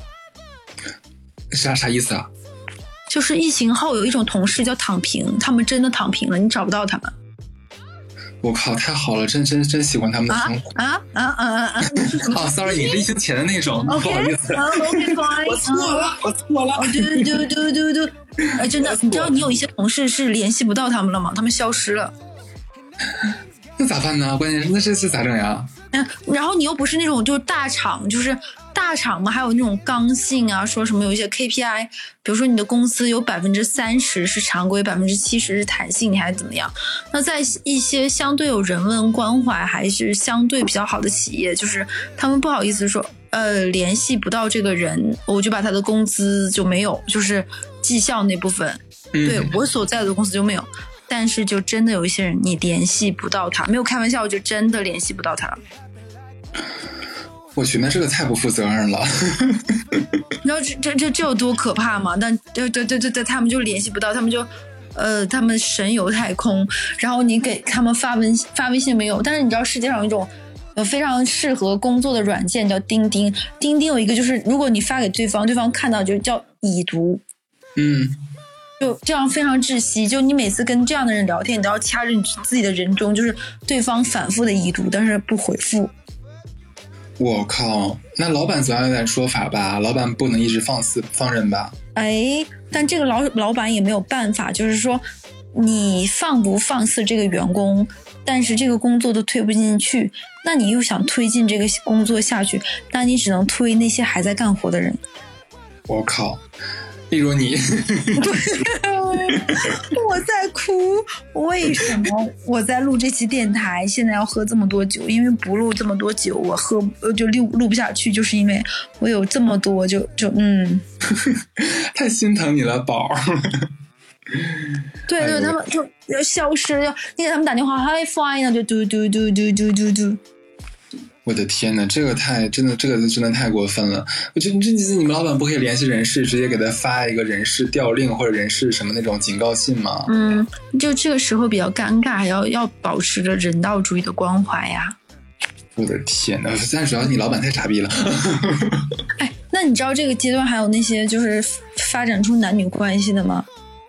啥啥意思啊？ 就是疫情后有一种同事叫躺平，他们真的躺平了，你找不到他们。 我靠，太好了，真真真喜欢他们的生活。 啊啊啊啊啊！ 哦 ，sorry， 你是疫情前的那种， okay, 不好意思。 OK fine， 我错了，我错了。 对对对对对，哎，真的，你知道你有一些同事是联系不到他们了吗？他们消失了。 那咋办呢？关键是那这是咋整呀？ 嗯，然后你又不是那种就是大厂，就是大厂嘛，还有那种刚性啊，说什么有一些 K P I， 比如说你的公司有百分之三十是常规，百分之七十是弹性，你还怎么样？那在一些相对有人文关怀还是相对比较好的企业，就是他们不好意思说，呃，联系不到这个人，我就把他的工资就没有，就是绩效那部分， 嗯、 对我所在的公司就没有。但是就真的有一些人你联系不到他，没有开玩笑，就真的联系不到他了。 我去，那这个太不负责任了。 你知道这这这这有多可怕吗？但对对对对对，他们就联系不到，他们就呃，他们神游太空，然后你给他们发文发微信没有？但是你知道世界上有一种呃非常适合工作的软件叫钉钉，钉钉有一个就是如果你发给对方，对方看到就叫已读。 嗯。 就这样非常窒息，就你每次跟这样的人聊天，你都要掐着你自己的人中，就是对方反复的已读，但是不回复。 我靠，那老板总要有点说法吧？老板不能一直放肆放任吧？ 哎，但这个老老板也没有办法，就是说你放不放肆这个员工，但是这个工作都推不进去，那你又想推进这个工作下去，那你只能推那些还在干活的人。 我靠。例如你我在哭，为什么我在录这期电台现在要喝这么多酒？因为不录这么多酒我喝就录录不下去，就是因为我有这么多就就嗯太心疼你了宝。 对对、哎、他们就要消失，要你给他们打电话 hi fine 呢就嘟嘟嘟嘟嘟嘟嘟。 我的天哪，这个太真的，这个真的太过分了！我觉得这你们老板不可以联系人事，直接给他发一个人事调令或者人事什么那种警告信吗？ 嗯，就这个时候比较尴尬，要要保持着人道主义的关怀呀。 我的天哪！但主要是你老板太傻逼了。 哎，那你知道这个阶段还有那些就是发展出男女关系的吗？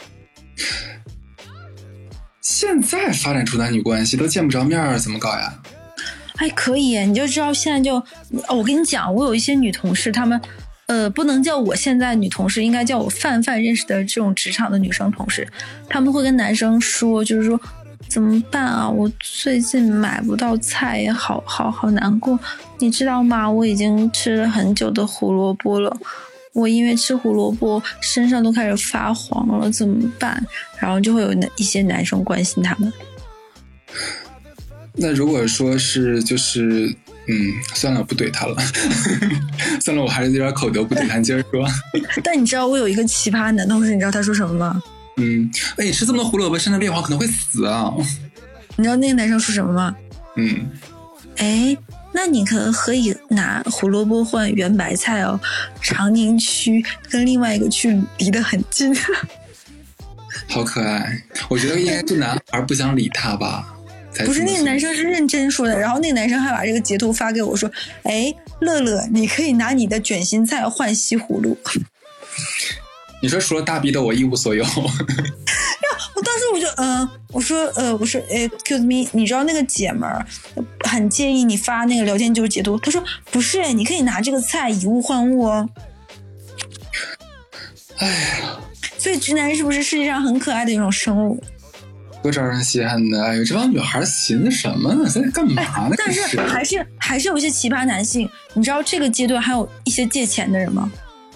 现在发展出男女关系都见不着面，怎么搞呀？ 哎，可以，你就知道现在就，哦、我跟你讲，我有一些女同事，她们，呃，不能叫我现在女同事，应该叫我泛泛认识的这种职场的女生同事，她们会跟男生说，就是说怎么办啊？我最近买不到菜，好好好难过，你知道吗？我已经吃了很久的胡萝卜了，我因为吃胡萝卜身上都开始发黄了，怎么办？然后就会有一些男生关心他们。 那如果说是就是嗯，算了，不怼他了。算了，我还是有点口德，不怼他，你接着说。 但你知道我有一个奇葩男同事，你知道他说什么吗？ 嗯，哎，你吃这么多胡萝卜，身上变黄可能会死啊。 你知道那个男生说什么吗？ 嗯， 哎， 那你可能可以拿胡萝卜换圆白菜哦，长宁区跟另外一个区离得很近。 好可爱，我觉得应该是男孩不想理他吧。 不是，那个男生是认真说的，然后那个男生还把这个截图发给我说，哎，乐乐，你可以拿你的卷心菜换西葫芦。 你说除了大逼的我一无所有。 我当时我就嗯、呃，我说呃，我说哎 ，excuse me， 你知道那个姐们儿很介意你发那个聊天记录截图，他说不是，你可以拿这个菜以物换物哦。 哎呀， 所以直男是不是世界上很可爱的一种生物？ 多招人稀罕的！哎呦，这帮女孩寻思什么呢？在干嘛呢？ 但是还是还是有一些奇葩男性，你知道这个阶段还有一些借钱的人吗？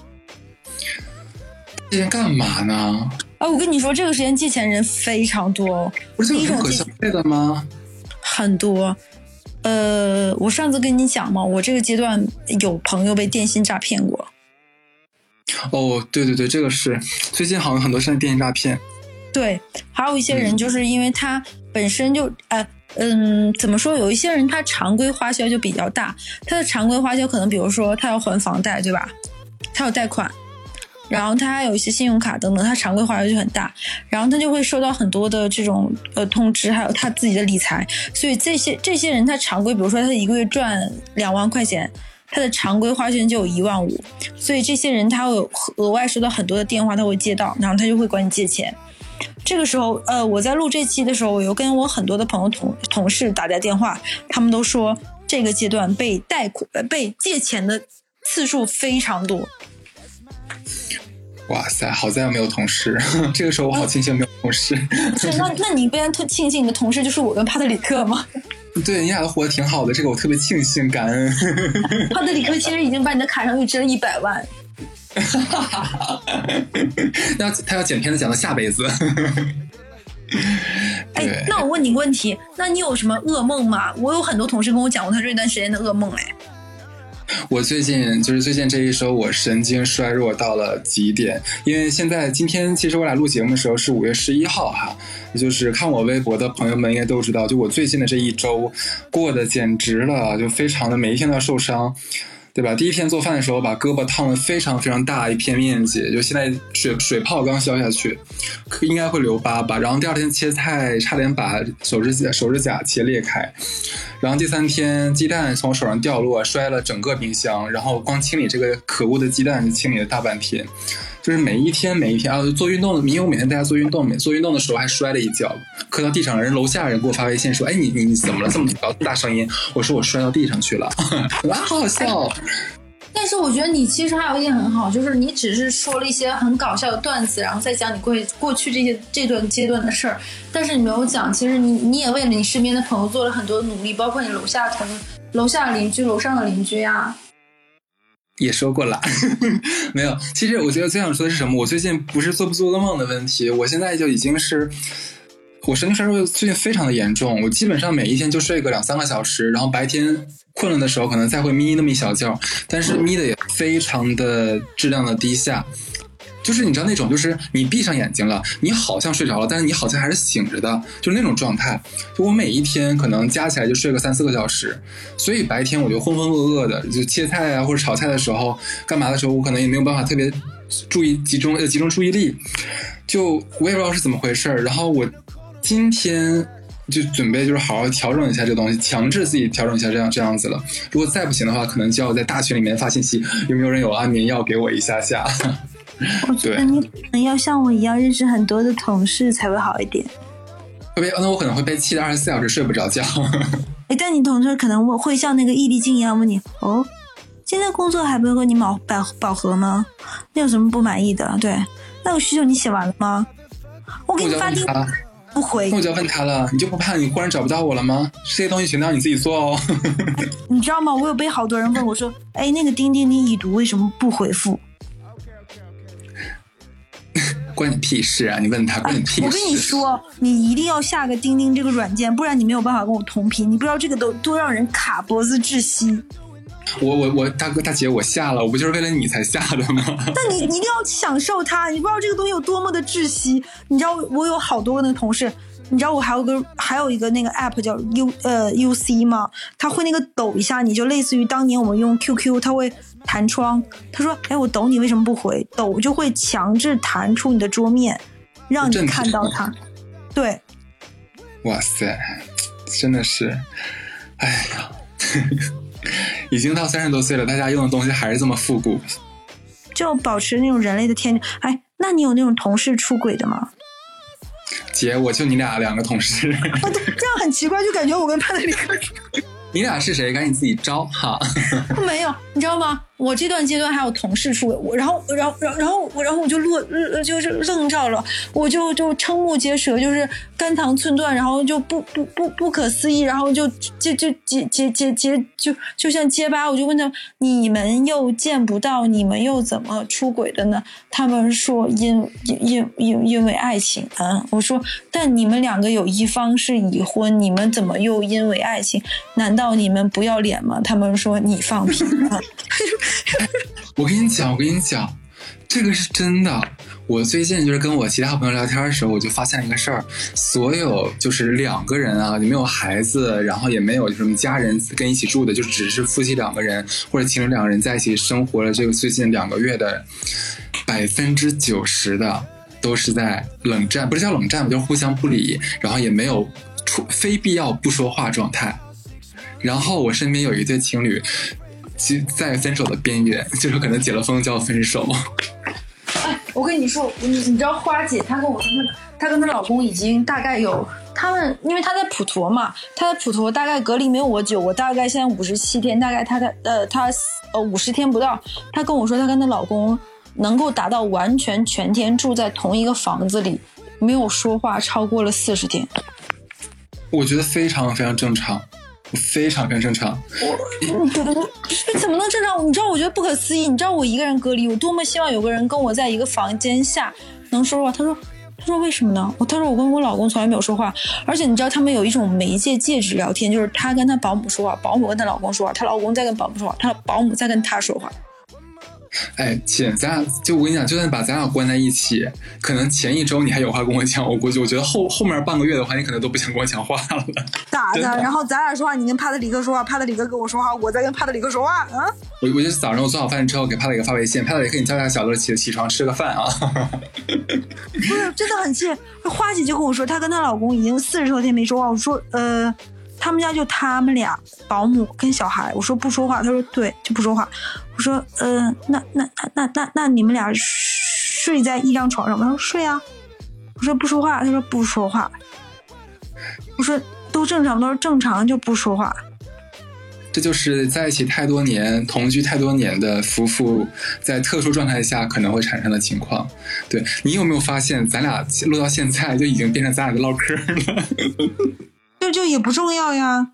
借钱干嘛呢？ 啊，我跟你说，这个时间借钱人非常多哦。 不是有可消费的吗？ 很多。呃，我上次跟你讲嘛，我这个阶段有朋友被电信诈骗过。 哦，对对对，这个是最近好像很多是电信诈骗。 对，还有一些人就是因为他本身就呃嗯怎么说，有一些人他常规花销就比较大，他的常规花销可能比如说他要还房贷，对吧？他有贷款，然后他还有一些信用卡等等，他常规花销就很大，然后他就会收到很多的这种呃通知，还有他自己的理财，所以这些这些人他常规，比如说他一个月赚两万块钱，他的常规花销就有一万五，所以这些人他会有额外收到很多的电话，他会接到，然后他就会管你借钱。这个时候呃，我在录这期的时候，我有跟我很多的朋友同同事打在电话，他们都说这个阶段被贷款被借钱的次数非常多。 哇塞，好在没有同事，这个时候我好庆幸没有同事。 是，那那你不然特庆幸你的同事就是我跟帕特里克吗？ 对，你俩都活得挺好的，这个我特别庆幸感恩。 帕特里克其实已经把你的卡上预支了一百万。 要他要剪片子讲到下辈子。 哎，那我问你个问题，那你有什么噩梦吗？我有很多同事跟我讲过他这段时间的噩梦。哎， 我最近就是最近这一周，我神经衰弱到了极点。因为现在今天其实我俩录节目的时候是五月十一号哈，就是看我微博的朋友们应该都知道，就我最近的这一周过得简直了，就非常的每一天都要受伤。对吧？第一天做饭的时候把胳膊烫了非常非常大一片面积，就现在水水泡刚消下去，应该会留疤吧。然后第二天切菜差点把手指甲手指甲切裂开，然后第三天鸡蛋从手上掉落，摔了整个冰箱，然后光清理这个可恶的鸡蛋就清理了大半天。就是每一天每一天啊，做运动，因为我每天在家做运动，每做运动的时候还摔了一跤，磕到地上，人楼下人给我发微信说：“哎，你你你怎么了？这么这么大声音？”我说：“我摔到地上去了。”哇，好好笑。 但是我觉得你其实还有一点很好，就是你只是说了一些很搞笑的段子，然后再讲你过过去这些这段阶段的事儿，但是你没有讲，其实你你也为了你身边的朋友做了很多努力，包括你楼下同楼下的邻居、楼上的邻居啊。 也说过了。没有，其实我觉得最想说的是什么，我最近不是做不做噩梦的问题，我现在就已经是我神经衰弱最近非常的严重，我基本上每一天就睡个两三个小时，然后白天困了的时候可能再会眯那么一小觉，但是眯的也非常的质量的低下，就是你知道那种就是你闭上眼睛了，你好像睡着了，但是你好像还是醒着的，就是那种状态。就我每一天可能加起来就睡个三四个小时，所以白天我就浑浑噩噩的，就切菜啊或者炒菜的时候干嘛的时候，我可能也没有办法特别注意集中呃集中注意力，就我也不知道是怎么回事。然后我今天就准备就是好好调整一下这个东西，强制自己调整一下这样这样子了。如果再不行的话，可能就要在大群里面发信息，有没有人有安眠药给我一下下。 我觉得你可能要像我一样认识很多的同事才会好一点。 会被那我可能会被气得二十四小时睡不着觉。 哎，但你同事可能会像那个易立竞一样问你：哦，今天工作还不和你饱饱饱和吗？你有什么不满意的？对，那个需求你写完了吗？我给你发钉不回， 我就要问他了，你就不怕你忽然找不到我了吗？这些东西全都要你自己做哦。 你知道吗？我有被好多人问我说：哎，那个钉钉你已读为什么不回复？ 关你屁事啊！你问他关你屁事、啊、 我跟你说，你一定要下个钉钉这个软件，不然你没有办法跟我同频。你不知道这个都多让人卡脖子窒息。 我我我大哥大姐我下了，我不就是为了你才下的吗？ 但你你一定要享受它，你不知道这个东西有多么的窒息。你知道我有好多那个同事， 你知道我还有个还有一个那个 app 叫 U 呃 U C 吗？它会那个抖一下你，就类似于当年我们用 Q Q 它会弹窗。他说哎我抖你为什么不回？抖就会强制弹出你的桌面让你看到它。对， 哇塞，真的是哎呀已经到三十多岁了，大家用的东西还是这么复古， 就保持那种人类的天真。哎，那你有那种同事出轨的吗？ 姐，我就你俩两个同事。 哦，对，这样很奇怪，就感觉我跟帕特里克。 你俩是谁？赶紧自己招哈。 没有，你知道吗？我这段阶段还有同事出轨，我然后然后然后然后我然后我就落就是愣着了，我就就瞠目结舌，就是肝肠寸断，然后就不不不不可思议，然后就就就结结结结就就像结巴，我就问他你们又见不到，你们又怎么出轨的呢？他们说因因因因为爱情啊，我说但你们两个有一方是已婚，你们怎么又因为爱情？难道你们不要脸吗？他们说你放屁啊。 我跟你讲，我跟你讲，这个是真的。我最近就是跟我其他朋友聊天的时候，我就发现一个事儿：所有就是两个人啊，也没有孩子，然后也没有什么家人跟一起住的，就只是夫妻两个人或者情侣两个人在一起生活了这个最近两个月的，百分之九十的都是在冷战，不是叫冷战，就是互相不理，然后也没有出非必要不说话状态。然后我身边有一对情侣。在分手的边缘，就是可能解了封就要分手。 哎，我跟你说，你你知道花姐她跟我说，她跟她老公已经大概有他们，因为她在普陀嘛，她在普陀大概隔离没有我久，我大概现在五十七天，大概她的呃她呃五十天不到，她跟我说她跟她老公能够达到完全全天住在同一个房子里，没有说话超过了四十天。 我觉得非常非常正常。非常非常正常， 我怎么能正常？你知道，我觉得不可思议。你知道，我一个人隔离，我多么希望有个人跟我在一个房间下能说话。他说，他说为什么呢？我他说我跟我老公从来没有说话，而且你知道，他们有一种媒介介质聊天，就是他跟他保姆说话，保姆跟他老公说话，他老公在跟保姆说话，他保姆在跟他说话。 哎，姐，咱俩就我跟你讲，就算把咱俩关在一起，可能前一周你还有话跟我讲，我估计我觉得后后面半个月的话，你可能都不想跟我讲话了。 咋的？然后咱俩说话，你跟帕特里克说话，帕特里克跟我说话，我在跟帕特里克说话啊。 我我就是早上我做好饭之后给帕特里克发微信，帕特里克你叫一下小乐起起床吃个饭啊。 不是，真的很气。花姐就跟我说，她跟她老公已经四十多天没说话。我说，呃。他们家就他们俩，保姆跟小孩。我说不说话，他说对，就不说话。我说，呃，那那那那那你们俩睡在一张床上吗？他说睡啊。我说不说话，他说不说话。我说都正常，他说正常就不说话。 这就是在一起太多年、同居太多年的夫妇在特殊状态下可能会产生的情况。对，你有没有发现，咱俩录到现在就已经变成咱俩的唠嗑了？ 就就也不重要呀。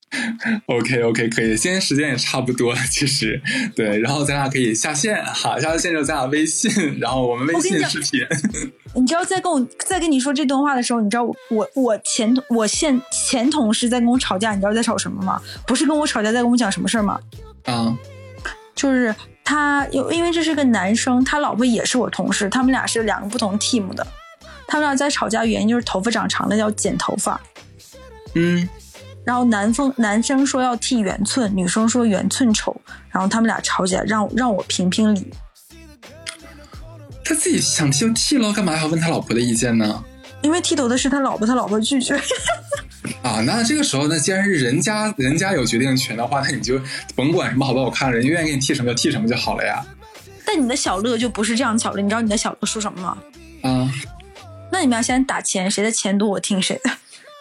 OK OK 可以，今天时间也差不多了，其实对，然后咱俩可以下线哈，下线之后咱俩微信，然后我们微信视频。 你知道在跟我在跟你说这段话的时候，你知道我我我前我现前同事在跟我吵架，你知道在吵什么吗？不是跟我吵架，在跟我讲什么事儿吗？ 啊， 就是他有因为这是个男生，他老婆也是我同事，他们俩是两个不同 team 的，他们俩在吵架原因就是头发长长了要剪头发。 嗯， 然后男方男生说要剃圆寸，女生说圆寸丑，然后他们俩吵起来，让让我评评理。 他自己想剃就剃了，干嘛还要问他老婆的意见呢？ 因为剃头的是他老婆，他老婆拒绝。 啊，那这个时候呢，既然是人家人家有决定权的话，那你就甭管什么好不好看，人愿意给你剃什么就剃什么就好了呀。 但你的小乐就不是这样巧了，你知道你的小乐说什么吗？ 啊， 那你们俩现在打钱，谁的钱多我听谁的。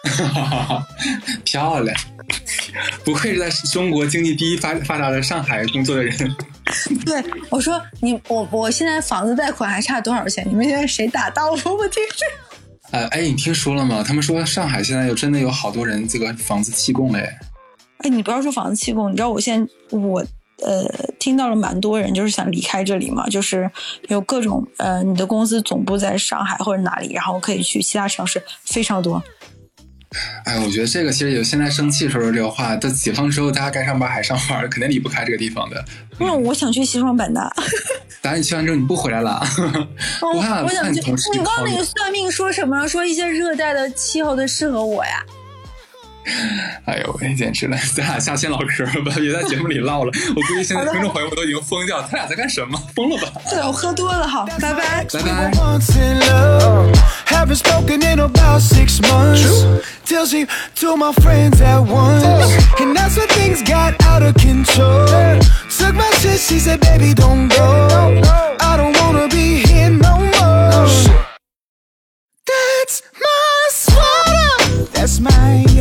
漂亮，不愧是在中国经济第一发发达的上海工作的人。 对，我说你我我现在房子贷款还差多少钱？你们现在谁打到我？我听谁？ 呃，哎，你听说了吗？他们说上海现在有真的有好多人这个房子弃供嘞。 哎，你不要说房子弃供，你知道我现在我呃听到了蛮多人就是想离开这里嘛，就是有各种呃你的公司总部在上海或者哪里，然后可以去其他城市，非常多。 哎，我觉得这个其实有现在生气时候这个话，到解放之后大家该上班还上班，肯定离不开这个地方的。 那、嗯、我想去西双版纳。 打你去完之后你不回来了。 哦、 我看我想去，你刚那个个算命说什么？说一些热带的气候的适合我呀。 哎呦喂，简直了！咱俩下先唠嗑吧，别在节目里唠了。我估计现在听众朋友们都已经疯掉，他俩在干什么？疯了吧？ 对，我喝多了，好，拜拜， 拜拜。 Haven't spoken in about six months. Till she told my friends at once, and that's when things got out of control. Took my shit, she said, "Baby, don't go. I don't wanna be here no more." That's my sweater. That's my